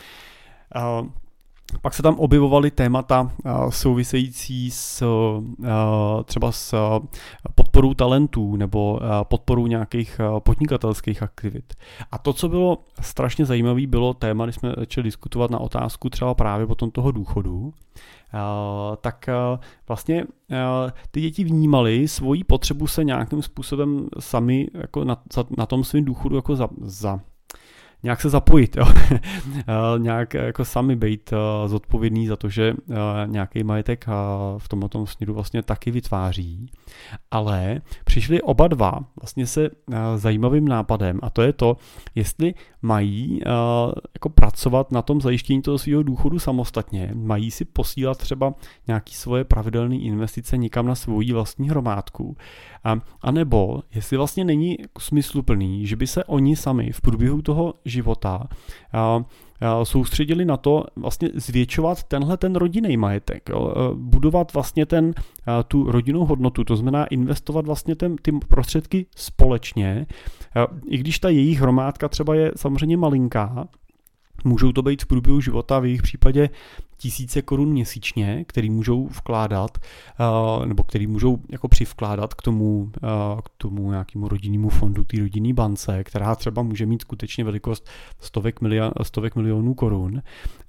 Pak se tam objevovaly témata související s třeba s podporou talentů nebo podporou nějakých podnikatelských aktivit. A to, co bylo strašně zajímavé, bylo téma, když jsme začali diskutovat na otázku třeba právě potom toho důchodu, tak vlastně ty děti vnímaly svoji potřebu se nějakým způsobem sami jako na, na tom svém důchodu jako za, za nějak se zapojit, jo. Nějak jako sami být zodpovědný za to, že nějaký majetek v tomto směru vlastně taky vytváří, ale přišli oba dva vlastně se zajímavým nápadem a to je to, jestli mají jako pracovat na tom zajištění toho svého důchodu samostatně, mají si posílat třeba nějaké svoje pravidelné investice někam na svoji vlastní hromádku, a, a nebo jestli vlastně není smysluplný, že by se oni sami v průběhu toho života a, a soustředili na to vlastně zvětšovat tenhle ten rodinný majetek, jo, budovat vlastně ten, tu rodinnou hodnotu, to znamená investovat vlastně ten, ty prostředky společně, i když ta jejich hromádka třeba je samozřejmě malinká, můžou to být v průběhu života v jejich případě tisíce korun měsíčně, který můžou vkládat, nebo který můžou jako přivkládat k tomu, k tomu nějakému rodinnému fondu, té rodinné bance, která třeba může mít skutečně velikost stovek, milion, stovek milionů korun,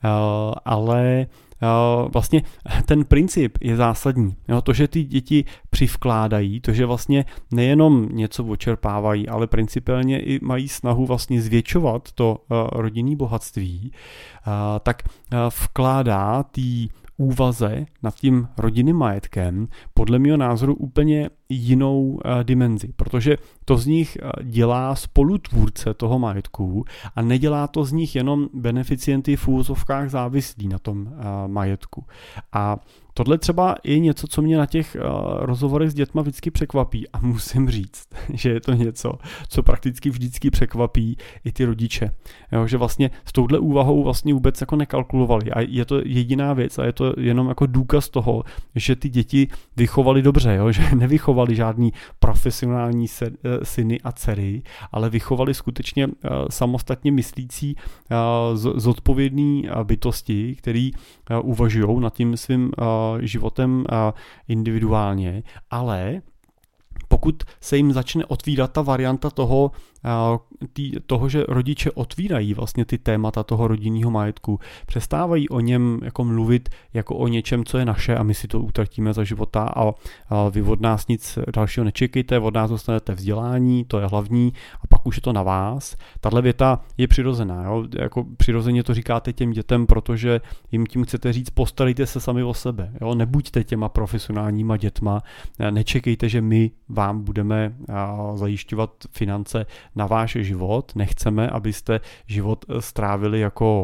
ale vlastně ten princip je zásadní. Jo, to, že ty děti přivkládají, to, že vlastně nejenom něco očerpávají, ale principiálně i mají snahu vlastně zvětšovat to rodinné bohatství, tak vkládá tý úvaze nad tím rodinným majetkem podle mého názoru úplně jinou uh, dimenzi, protože to z nich uh, dělá spolutvůrce toho majetku a nedělá to z nich jenom beneficienty v úvozovkách závislí na tom uh, majetku. A tohle třeba je něco, co mě na těch uh, rozhovorech s dětma vždycky překvapí a musím říct, že je to něco, co prakticky vždycky překvapí i ty rodiče. Jo, že vlastně s touhle úvahou vlastně vůbec jako nekalkulovali a je to jediná věc a je to jenom jako důkaz toho, že ty děti vychovali dobře, jo, že nevychovali žádný profesionální se, syny a dcery, ale vychovali skutečně uh, samostatně myslící uh, z, zodpovědný uh, bytosti, který uh, uvažují nad tím svým uh, životem individuálně, ale pokud se jim začne otvírat ta varianta toho, tý, toho, že rodiče otvírají vlastně ty témata toho rodinného majetku, přestávají o něm jako mluvit jako o něčem, co je naše a my si to utratíme za života a, a vy od nás nic dalšího nečekejte, od nás dostanete vzdělání, to je hlavní a pak už je to na vás. Tahle věta je přirozená, jo? Jako přirozeně to říkáte těm dětem, protože jim tím chcete říct, postarejte se sami o sebe, jo? Nebuďte těma profesionálníma dětma, nečekejte, že my vám budeme zajišťovat finance na váš život, nechceme, abyste život strávili jako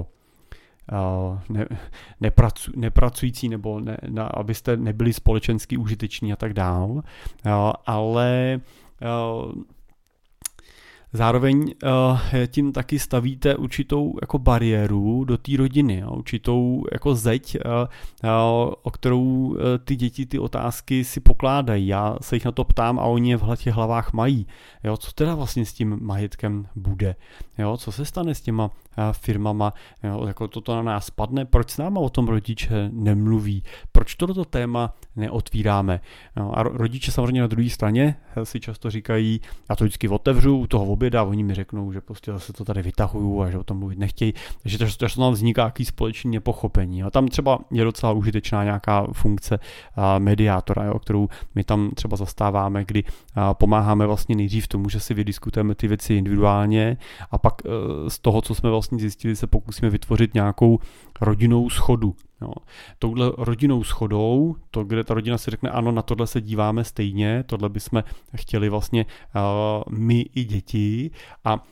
ne, nepracu, nepracující nebo ne, na, abyste nebyli společensky užiteční a tak dál, ale zároveň uh, tím taky stavíte určitou jako bariéru do té rodiny, jo, určitou jako zeď, uh, uh, o kterou uh, ty děti ty otázky si pokládají. Já se jich na to ptám a oni je v těch hlavách mají. Jo, co teda vlastně s tím majetkem bude? Jo, co se stane s těma uh, firmama? Jo, jako toto na nás padne? Proč s náma o tom rodiče nemluví? Proč toto téma neotvíráme? Jo, a rodiče samozřejmě na druhé straně si často říkají, já to vždycky otevřu u toho oběda a oni mi řeknou, že prostě zase to tady vytahují a že o tom mluvit nechtějí, takže to, to tam vzniká jaký společný nepochopení. A tam třeba je docela užitečná nějaká funkce a, mediátora, jo, kterou my tam třeba zastáváme, kdy a, pomáháme vlastně nejdřív tomu, že si vydiskutujeme ty věci individuálně a pak e, z toho, co jsme vlastně zjistili, se pokusíme vytvořit nějakou rodinnou schodu. Jo. Touhle rodinnou shodou, to, kde ta rodina si řekne, ano, na tohle se díváme stejně, tohle bychom chtěli vlastně uh, my i děti a uh,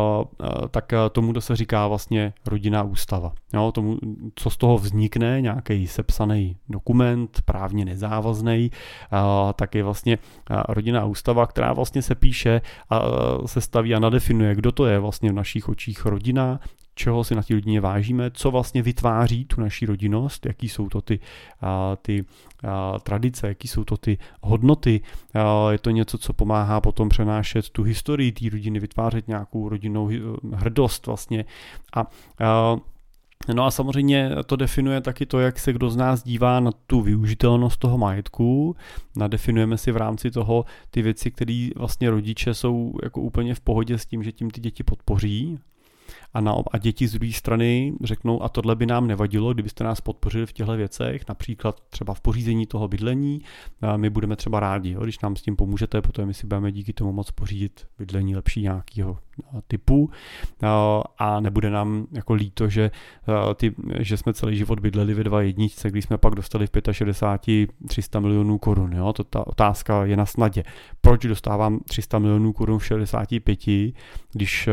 uh, tak tomu se říká vlastně rodinná ústava. Jo, tomu, co z toho vznikne, nějaký sepsaný dokument, právně nezávazný, uh, tak je vlastně uh, rodinná ústava, která vlastně se píše a uh, se staví a nadefinuje, kdo to je vlastně v našich očích rodina, čeho si na té rodině vážíme, co vlastně vytváří tu naši rodinnost, jaký jsou to ty, a, ty a, tradice, jaký jsou to ty hodnoty. A, je to něco, co pomáhá potom přenášet tu historii té rodiny, vytvářet nějakou rodinnou hrdost vlastně. A, a No a samozřejmě to definuje taky to, jak se kdo z nás dívá na tu využitelnost toho majetku. Nadefinujeme si v rámci toho ty věci, které vlastně rodiče jsou jako úplně v pohodě s tím, že tím ty děti podpoří. A, na, a děti z druhé strany řeknou, a tohle by nám nevadilo, kdybyste nás podpořili v těchto věcech, například třeba v pořízení toho bydlení, a my budeme třeba rádi, jo, když nám s tím pomůžete, protože my si budeme díky tomu moc pořídit bydlení lepší nějakého typu a, a nebude nám jako líto, že, ty, že jsme celý život bydleli ve dva jedničce, když jsme pak dostali v šedesát pět tři sta milionů korun. Jo? To ta otázka je na snadě. Proč dostávám tři sta milionů korun v šedesáti pěti, když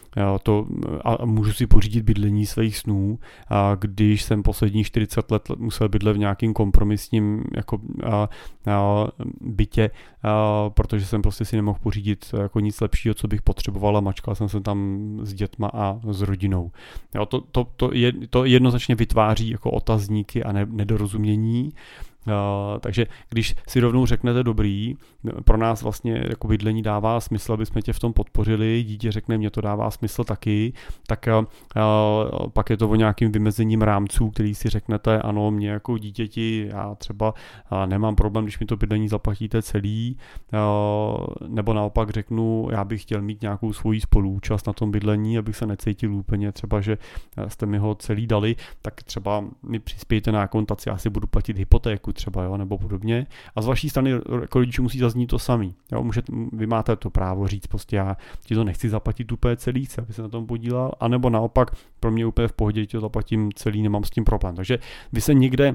to, a můžu si pořídit bydlení svých snů, a když jsem posledních čtyřicet let musel bydlet v nějakým kompromisním jako, a, a, bytě, a, protože jsem prostě si nemohl pořídit jako nic lepšího, co bych potřeboval, a mačkal jsem se tam s dětma a s rodinou. Jo, to, to, to, je, to jednoznačně vytváří jako otazníky a ne, nedorozumění. takže když si rovnou řeknete dobrý, pro nás vlastně jako bydlení dává smysl, aby jsme tě v tom podpořili, dítě řekne, mně to dává smysl taky, tak pak je to o nějakým vymezením rámců, který si řeknete, ano, mě jako dítěti, já třeba nemám problém, když mi to bydlení zaplatíte celý, nebo naopak řeknu, já bych chtěl mít nějakou svoji spoluúčast na tom bydlení, abych se necítil úplně třeba, že jste mi ho celý dali, tak třeba mi přispějte na akontaci, já si budu platit hypotéku třeba, jo, nebo podobně. A z vaší strany jako rodičů musí zaznít to samý. Jo, můžete, vy máte to právo říct, prostě já ti to nechci zaplatit úplně celý, chci, aby se na tom podílel, anebo naopak pro mě úplně v pohodě, ti to zaplatím celý, nemám s tím problém. Takže vy se někde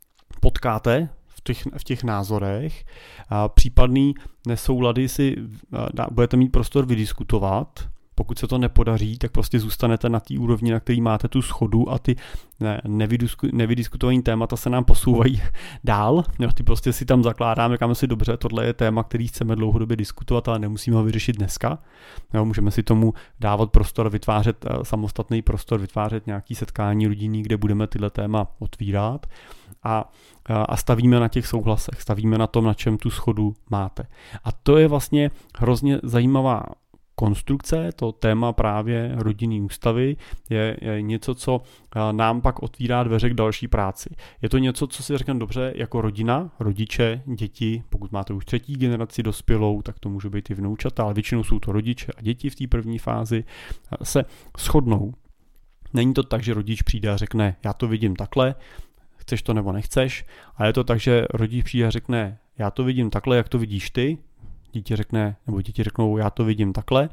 potkáte v těch, v těch názorech, a případný nesoulady si dá, budete mít prostor vydiskutovat. Pokud se to nepodaří, tak prostě zůstanete na té úrovni, na který máte tu schodu a ty ne, nevydisku, nevydiskutované témata se nám posouvají dál. Jo, ty prostě si tam zakládáme, říkáme si dobře, tohle je téma, který chceme dlouhodobě diskutovat, ale nemusíme ho vyřešit dneska. Jo, můžeme si tomu dávat prostor, vytvářet samostatný prostor, vytvářet nějaký setkání rodinný, kde budeme tyhle téma otvírat. A, a stavíme na těch souhlasech, stavíme na tom, na čem tu schodu máte. A to je vlastně hrozně zajímavá konstrukce, to téma právě rodinné ústavy je, je něco, co nám pak otvírá dveře k další práci. Je to něco, co si řekneme dobře, jako rodina, rodiče, děti, pokud máte už třetí generaci dospělou, tak to může být i vnoučata, ale většinou jsou to rodiče a děti v té první fázi, se shodnou. Není to tak, že rodič přijde a řekne, já to vidím takhle, chceš to nebo nechceš, ale je to tak, že rodič přijde a řekne, já to vidím takhle, jak to vidíš ty, dítě řekne, nebo děti řeknou, já to vidím takhle.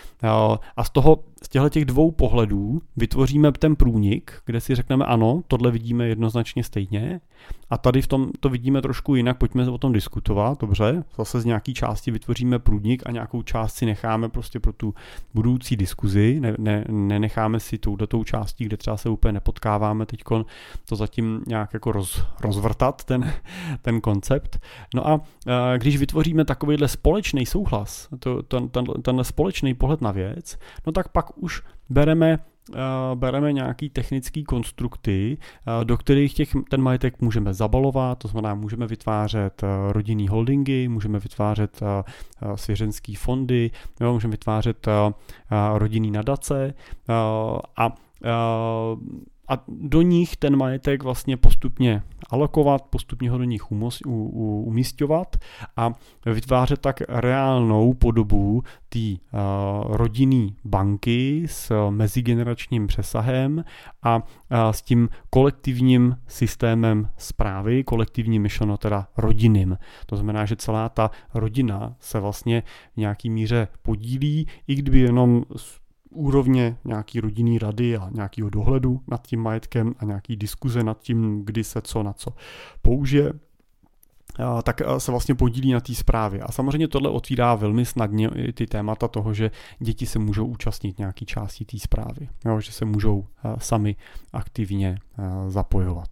A z toho, z těchto těch dvou pohledů vytvoříme ten průnik, kde si řekneme, ano, tohle vidíme jednoznačně stejně a tady v tom to vidíme trošku jinak, pojďme o tom diskutovat, dobře, zase z nějaký části vytvoříme průnik a nějakou část si necháme prostě pro tu budoucí diskuzi, ne, ne, nenecháme si touhletou částí, kde třeba se úplně nepotkáváme teďkon, to zatím nějak jako roz, rozvrtat ten, ten koncept. No a když vytvoříme takovýhle společný souhlas, to, ten, ten, ten společný pohled na věc, no tak pak už bereme, uh, bereme nějaký technický konstrukty, uh, do kterých těch, ten majetek můžeme zabalovat, to znamená, můžeme vytvářet uh, rodinný holdingy, můžeme vytvářet uh, uh, svěřenský fondy, jo, můžeme vytvářet uh, uh, rodinný nadace uh, a uh, a do nich ten majetek vlastně postupně alokovat, postupně ho do nich umísťovat a vytvářet tak reálnou podobu té uh, rodinné banky s mezigeneračním přesahem a uh, s tím kolektivním systémem správy, kolektivní myšleno teda rodinným. To znamená, že celá ta rodina se vlastně v nějaký míře podílí, i kdyby jenom úrovně nějaký rodinný rady a nějakého dohledu nad tím majetkem a nějaký diskuze nad tím, kdy se co na co použije, tak se vlastně podílí na té správě. A samozřejmě tohle otvírá velmi snadně ty témata toho, že děti se můžou účastnit nějaký části té správy, jo, že se můžou sami aktivně zapojovat.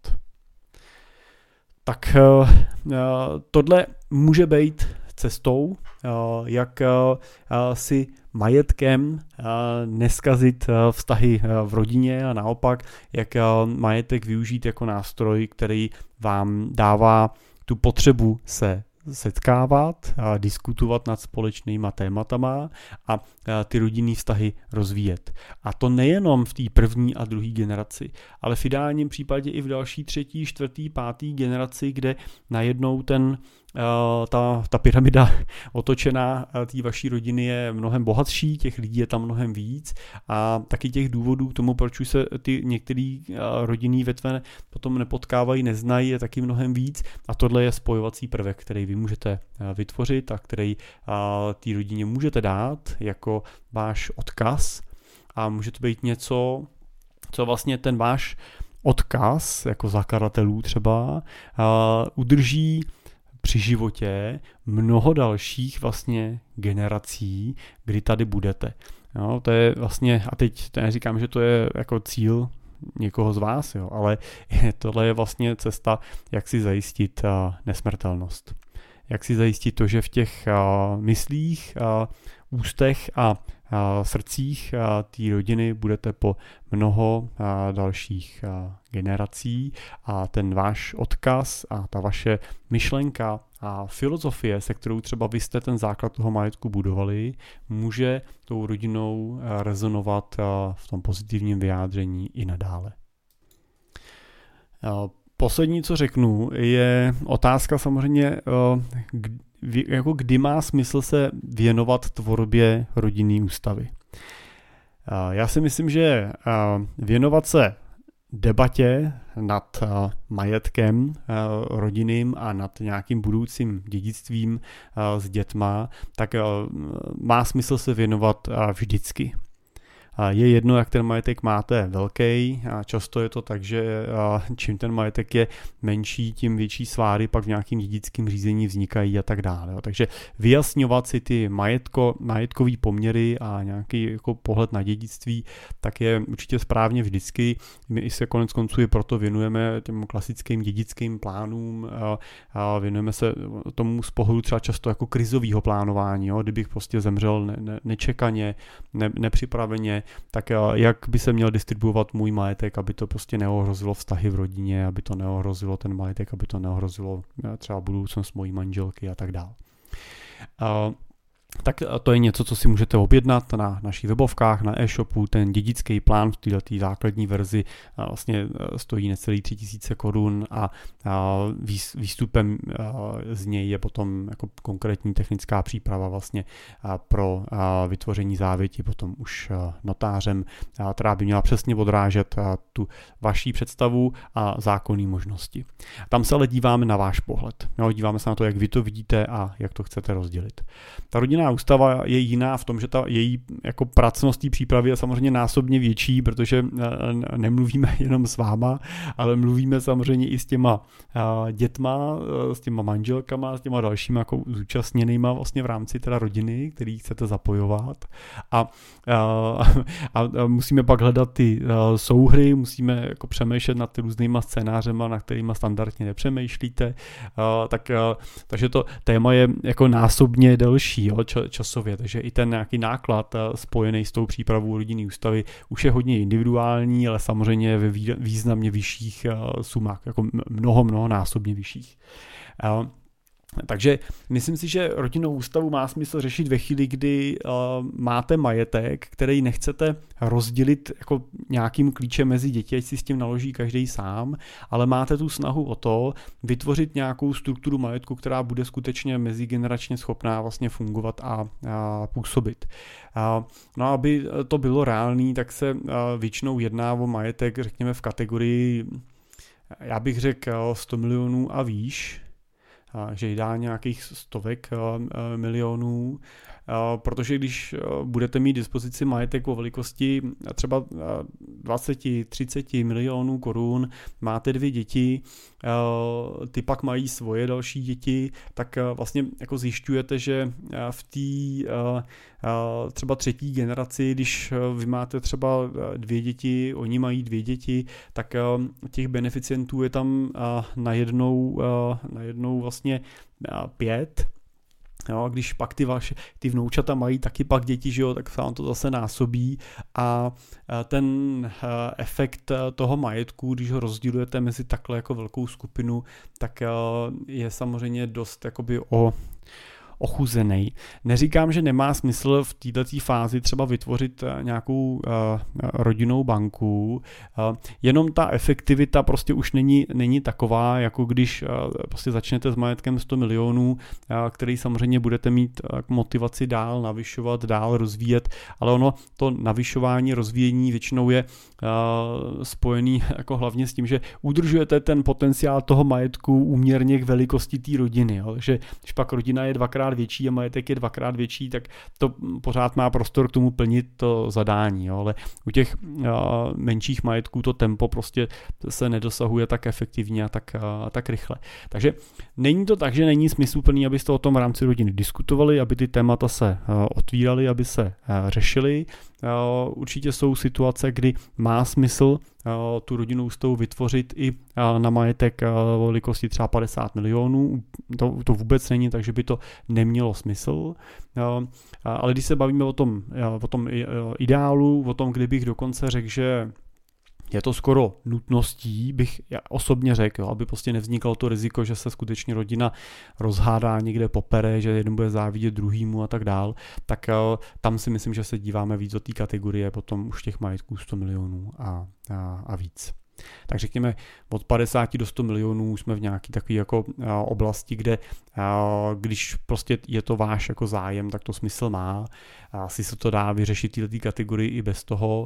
Tak tohle může být cestou, jak si majetkem neskazit vztahy v rodině a naopak, jak majetek využít jako nástroj, který vám dává tu potřebu se setkávat, a diskutovat nad společnýma tématama a ty rodinný vztahy rozvíjet. A to nejenom v té první a druhé generaci, ale v ideálním případě i v další třetí, čtvrtý, pátý generaci, kde najednou ten Ta, ta pyramida otočená té vaší rodiny je mnohem bohatší, těch lidí je tam mnohem víc a taky těch důvodů k tomu, proč už se ty některé rodinné větve potom nepotkávají, neznají, je taky mnohem víc a tohle je spojovací prvek, který vy můžete vytvořit a který té rodině můžete dát jako váš odkaz a může to být něco, co vlastně ten váš odkaz jako zakladatelů třeba udrží při životě mnoho dalších vlastně generací, kdy tady budete. Jo, to je vlastně, a teď to neříkám, že to je jako cíl někoho z vás, jo, ale tohle je vlastně cesta, jak si zajistit uh, nesmrtelnost. Jak si zajistit to, že v těch uh, myslích, uh, ústech a srdcích té rodiny budete po mnoho dalších generací a ten váš odkaz a ta vaše myšlenka a filozofie, se kterou třeba vy jste ten základ toho majetku budovali, může tou rodinou rezonovat v tom pozitivním vyjádření i nadále. Poslední, co řeknu, je otázka samozřejmě, jako kdy má smysl se věnovat tvorbě rodinné ústavy. Já si myslím, že věnovat se debatě nad majetkem rodinným a nad nějakým budoucím dědictvím s dětma, tak má smysl se věnovat vždycky. Je jedno, jak ten majetek máte velký, a často je to tak, že čím ten majetek je menší, tím větší sváry pak v nějakým dědickém řízení vznikají a tak dále. Takže vyjasňovat si ty majetko, majetkový poměry a nějaký jako pohled na dědictví, tak je určitě správně vždycky. My se konec konců i proto věnujeme těm klasickým dědickým plánům, a věnujeme se tomu z pohledu třeba často jako krizového plánování. Jo? Kdybych prostě zemřel ne, ne, nečekaně, ne, nepřipraveně, tak jak by se měl distribuovat můj majetek, aby to prostě neohrozilo vztahy v rodině, aby to neohrozilo ten majetek, aby to neohrozilo třeba budoucnost mojí manželky a tak dále. Tak to je něco, co si můžete objednat na našich webovkách, na e-shopu. Ten dědický plán v této základní verzi vlastně stojí necelý tři tisíce korun a výstupem z něj je potom jako konkrétní technická příprava vlastně pro vytvoření závěti potom už notářem, která by měla přesně odrážet tu vaší představu a zákonné možnosti. Tam se ale díváme na váš pohled. Díváme se na to, jak vy to vidíte a jak to chcete rozdělit. Ta rodinná ústava je jiná v tom, že ta její jako pracnost té přípravy je samozřejmě násobně větší, protože nemluvíme jenom s váma, ale mluvíme samozřejmě i s těma dětma, s těma manželkama, s těma dalšíma jako zúčastněnýma vlastně v rámci teda rodiny, který chcete zapojovat. A, a, a musíme pak hledat ty souhry, musíme jako přemýšlet nad ty různýma scénářema, na kterýma standardně nepřemýšlíte. Tak, takže to téma je jako násobně delší, jo, časově, takže i ten nějaký náklad spojený s tou přípravou rodinné ústavy už je hodně individuální, ale samozřejmě ve významně vyšších sumách, jako mnoho, mnoho násobně vyšších. Takže myslím si, že rodinnou ústavu má smysl řešit ve chvíli, kdy uh, máte majetek, který nechcete rozdělit jako nějakým klíčem mezi děti, ať si s tím naloží každý sám, ale máte tu snahu o to vytvořit nějakou strukturu majetku, která bude skutečně mezigeneračně schopná vlastně fungovat a, a působit. Uh, no a aby to bylo reálný, tak se uh, většinou jedná o majetek, řekněme v kategorii, já bych řekl sto milionů a výš, že dá nějakých stovek milionů, protože když budete mít dispozici majetek o velikosti třeba dvacet třicet milionů korun, máte dvě děti, ty pak mají svoje další děti, tak vlastně jako zjišťujete, že v té třeba třetí generaci, když vy máte třeba dvě děti, oni mají dvě děti, tak těch beneficientů je tam najednou, najednou vlastně pět. Jo, když pak ty vaše, ty vnoučata mají taky pak děti, že jo, tak se vám to zase násobí a ten efekt toho majetku, když ho rozdělujete mezi takhle jako velkou skupinu, tak je samozřejmě dost jakoby o ochuzený. Neříkám, že nemá smysl v této fázi třeba vytvořit nějakou uh, rodinnou banku, uh, jenom ta efektivita prostě už není, není taková, jako když uh, prostě začnete s majetkem sto milionů, uh, který samozřejmě budete mít uh, motivaci dál navyšovat, dál rozvíjet, ale ono to navyšování, rozvíjení většinou je uh, spojený jako hlavně s tím, že udržujete ten potenciál toho majetku úměrně k velikosti té rodiny. Jo? Takže když pak rodina je dvakrát větší a majetek je dvakrát větší, tak to pořád má prostor k tomu plnit to zadání. Jo? Ale u těch uh, menších majetků to tempo prostě se nedosahuje tak efektivně a tak, uh, tak rychle. Takže není to tak, že není smysluplný, abyste o tom v rámci rodiny diskutovali, aby ty témata se uh, otvíraly, aby se uh, řešily. Uh, určitě jsou situace, kdy má smysl tu rodinnou ústavu vytvořit i na majetek velikosti třeba padesát milionů. To, to vůbec není, takže by to nemělo smysl. Ale když se bavíme o tom, o tom ideálu, o tom, kdybych dokonce řekl, že je to skoro nutností, bych já osobně řekl, aby prostě nevzniklo to riziko, že se skutečně rodina rozhádá někde popere, že jeden bude závidět druhýmu a tak dál, tak tam si myslím, že se díváme víc do té kategorie potom už těch majetků sto milionů a, a, a víc. Tak řekněme, od padesát do sto milionů jsme v nějaké takové jako oblasti, kde když prostě je to váš jako zájem, tak to smysl má. Asi se to dá vyřešit této kategorii i bez toho,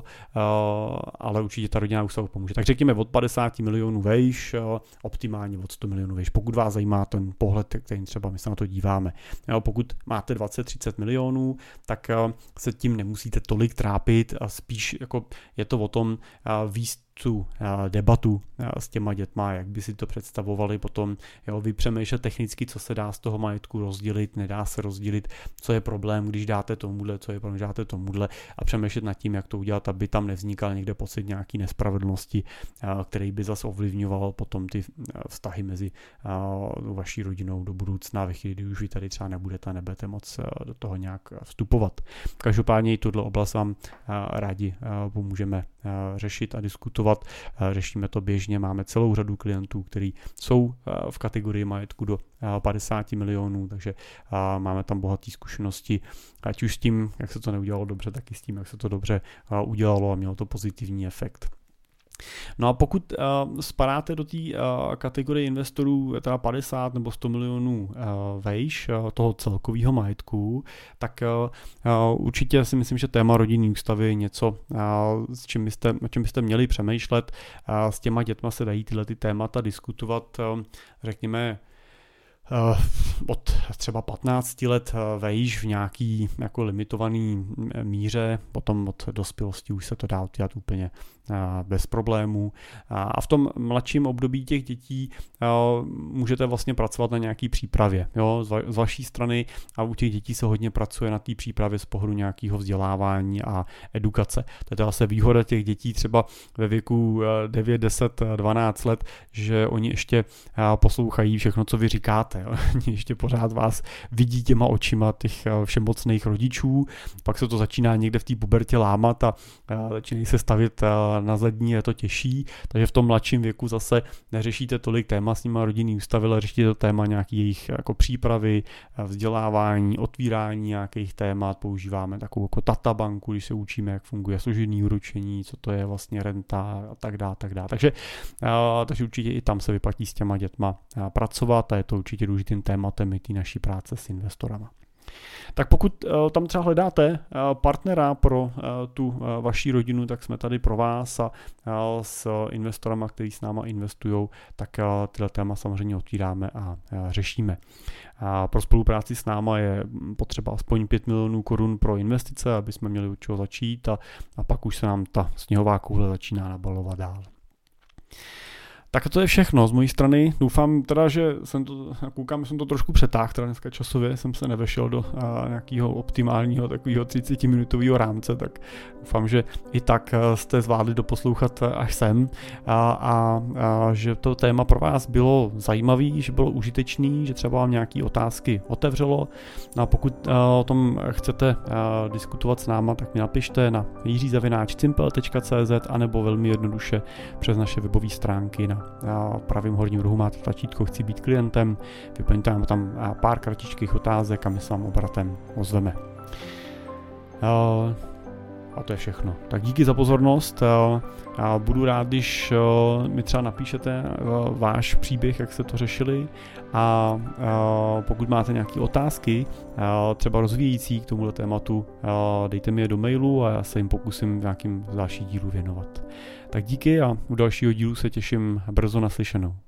ale určitě ta rodinná ústava pomůže. Tak řekněme od padesát milionů vejš, optimálně od sto milionů vejš. Pokud vás zajímá ten pohled, který třeba my se na to díváme. Pokud máte dvacet třicet milionů, tak se tím nemusíte tolik trápit a spíš jako je to o tom víc tu debatu s těma dětma, jak by si to představovali potom, jo, vy přemýšlet technicky, co se dá z toho majetku rozdělit, nedá se rozdělit, co je problém, když dáte tomuhle, co je problém, když dáte tomuhle a přemýšlet nad tím, jak to udělat, aby tam nevznikal někde pocit nějaký nespravedlnosti, který by zase ovlivňoval potom ty vztahy mezi vaší rodinou do budoucna, ve chvíli, kdy už vy tady třeba nebudete a nebudete moc do toho nějak vstupovat. Každopádně i tuhle oblast vám rádi pomůžeme řešit a diskutovat. Řešíme to běžně, máme celou řadu klientů, kteří jsou v kategorii majetku do padesát milionů, takže máme tam bohaté zkušenosti, ať už s tím, jak se to neudělalo dobře, tak i s tím, jak se to dobře udělalo a mělo to pozitivní efekt. No a pokud uh, spadáte do té uh, kategorie investorů teda padesát nebo sto milionů uh, vejš uh, toho celkového majetku, tak uh, uh, určitě si myslím, že téma rodinné ústavy je něco, uh, s čím byste, o čem byste měli přemýšlet. Uh, s těma dětma se dají tyhle ty témata diskutovat, uh, řekněme, Uh, od třeba patnáct let uh, vejš v nějaký jako limitovaný míře, potom od dospělosti už se to dá udělat úplně uh, bez problémů. Uh, a v tom mladším období těch dětí uh, můžete vlastně pracovat na nějaký přípravě. Jo? Z, va- z vaší strany a u těch dětí se hodně pracuje na té přípravě z pohledu nějakého vzdělávání a edukace. To je zase výhoda těch dětí třeba ve věku uh, devět, deset, dvanáct let, že oni ještě uh, poslouchají všechno, co vy říkáte. Jo. Ještě pořád vás vidí těma očima těch všemocných rodičů, pak se to začíná někde v té pubertě lámat a začínají se stavit na zadní, je to těžší, takže v tom mladším věku zase neřešíte tolik téma s nima rodinný ústavy, ale řešíte to téma nějaký jejich jako přípravy, vzdělávání, otvírání nějakých témat, používáme takovou jako databanku, když se učíme, jak funguje složený úročení, co to je vlastně renta a tak dále, tak dále. Takže, takže určitě i tam se vyplatí s těma dětma pracovat a je to určitě důležitým tématem i té naší práce s investorama. Tak pokud uh, tam třeba hledáte uh, partnera pro uh, tu uh, vaši rodinu, tak jsme tady pro vás a uh, s uh, investorama, kteří s náma investují, tak uh, tyhle téma samozřejmě otvíráme a uh, řešíme. A pro spolupráci s náma je potřeba aspoň pět milionů korun pro investice, aby jsme měli od čeho začít a, a pak už se nám ta sněhová koule začíná nabalovat dál. Tak to je všechno z mojí strany. Doufám teda, že jsem to, koukám, že jsem to trošku přetáhl, teda dneska časově jsem se nevešel do a, nějakého optimálního takového třicetiminutového rámce, tak doufám, že i tak jste zvládli doposlouchat až sem a, a, a že to téma pro vás bylo zajímavý, že bylo užitečný, že třeba vám nějaké otázky otevřelo. No a pokud a, o tom chcete a, diskutovat s náma, tak mi napište na jiří zavináč cimpel tečka cé zet anebo velmi jednoduše přes naše webové stránky na v pravém horním rohu máte tlačítko chci být klientem, vyplňte nám tam pár kratičkých otázek a my se vám obratem ozveme. A to je všechno. Tak díky za pozornost. Budu rád, když mi třeba napíšete váš příběh, jak jste to řešili a pokud máte nějaké otázky, třeba rozvíjející k tomuhle tématu, dejte mi je do mailu a já se jim pokusím v nějakým dalším dílu věnovat. Tak díky a u dalšího dílu se těším brzo naslyšenou.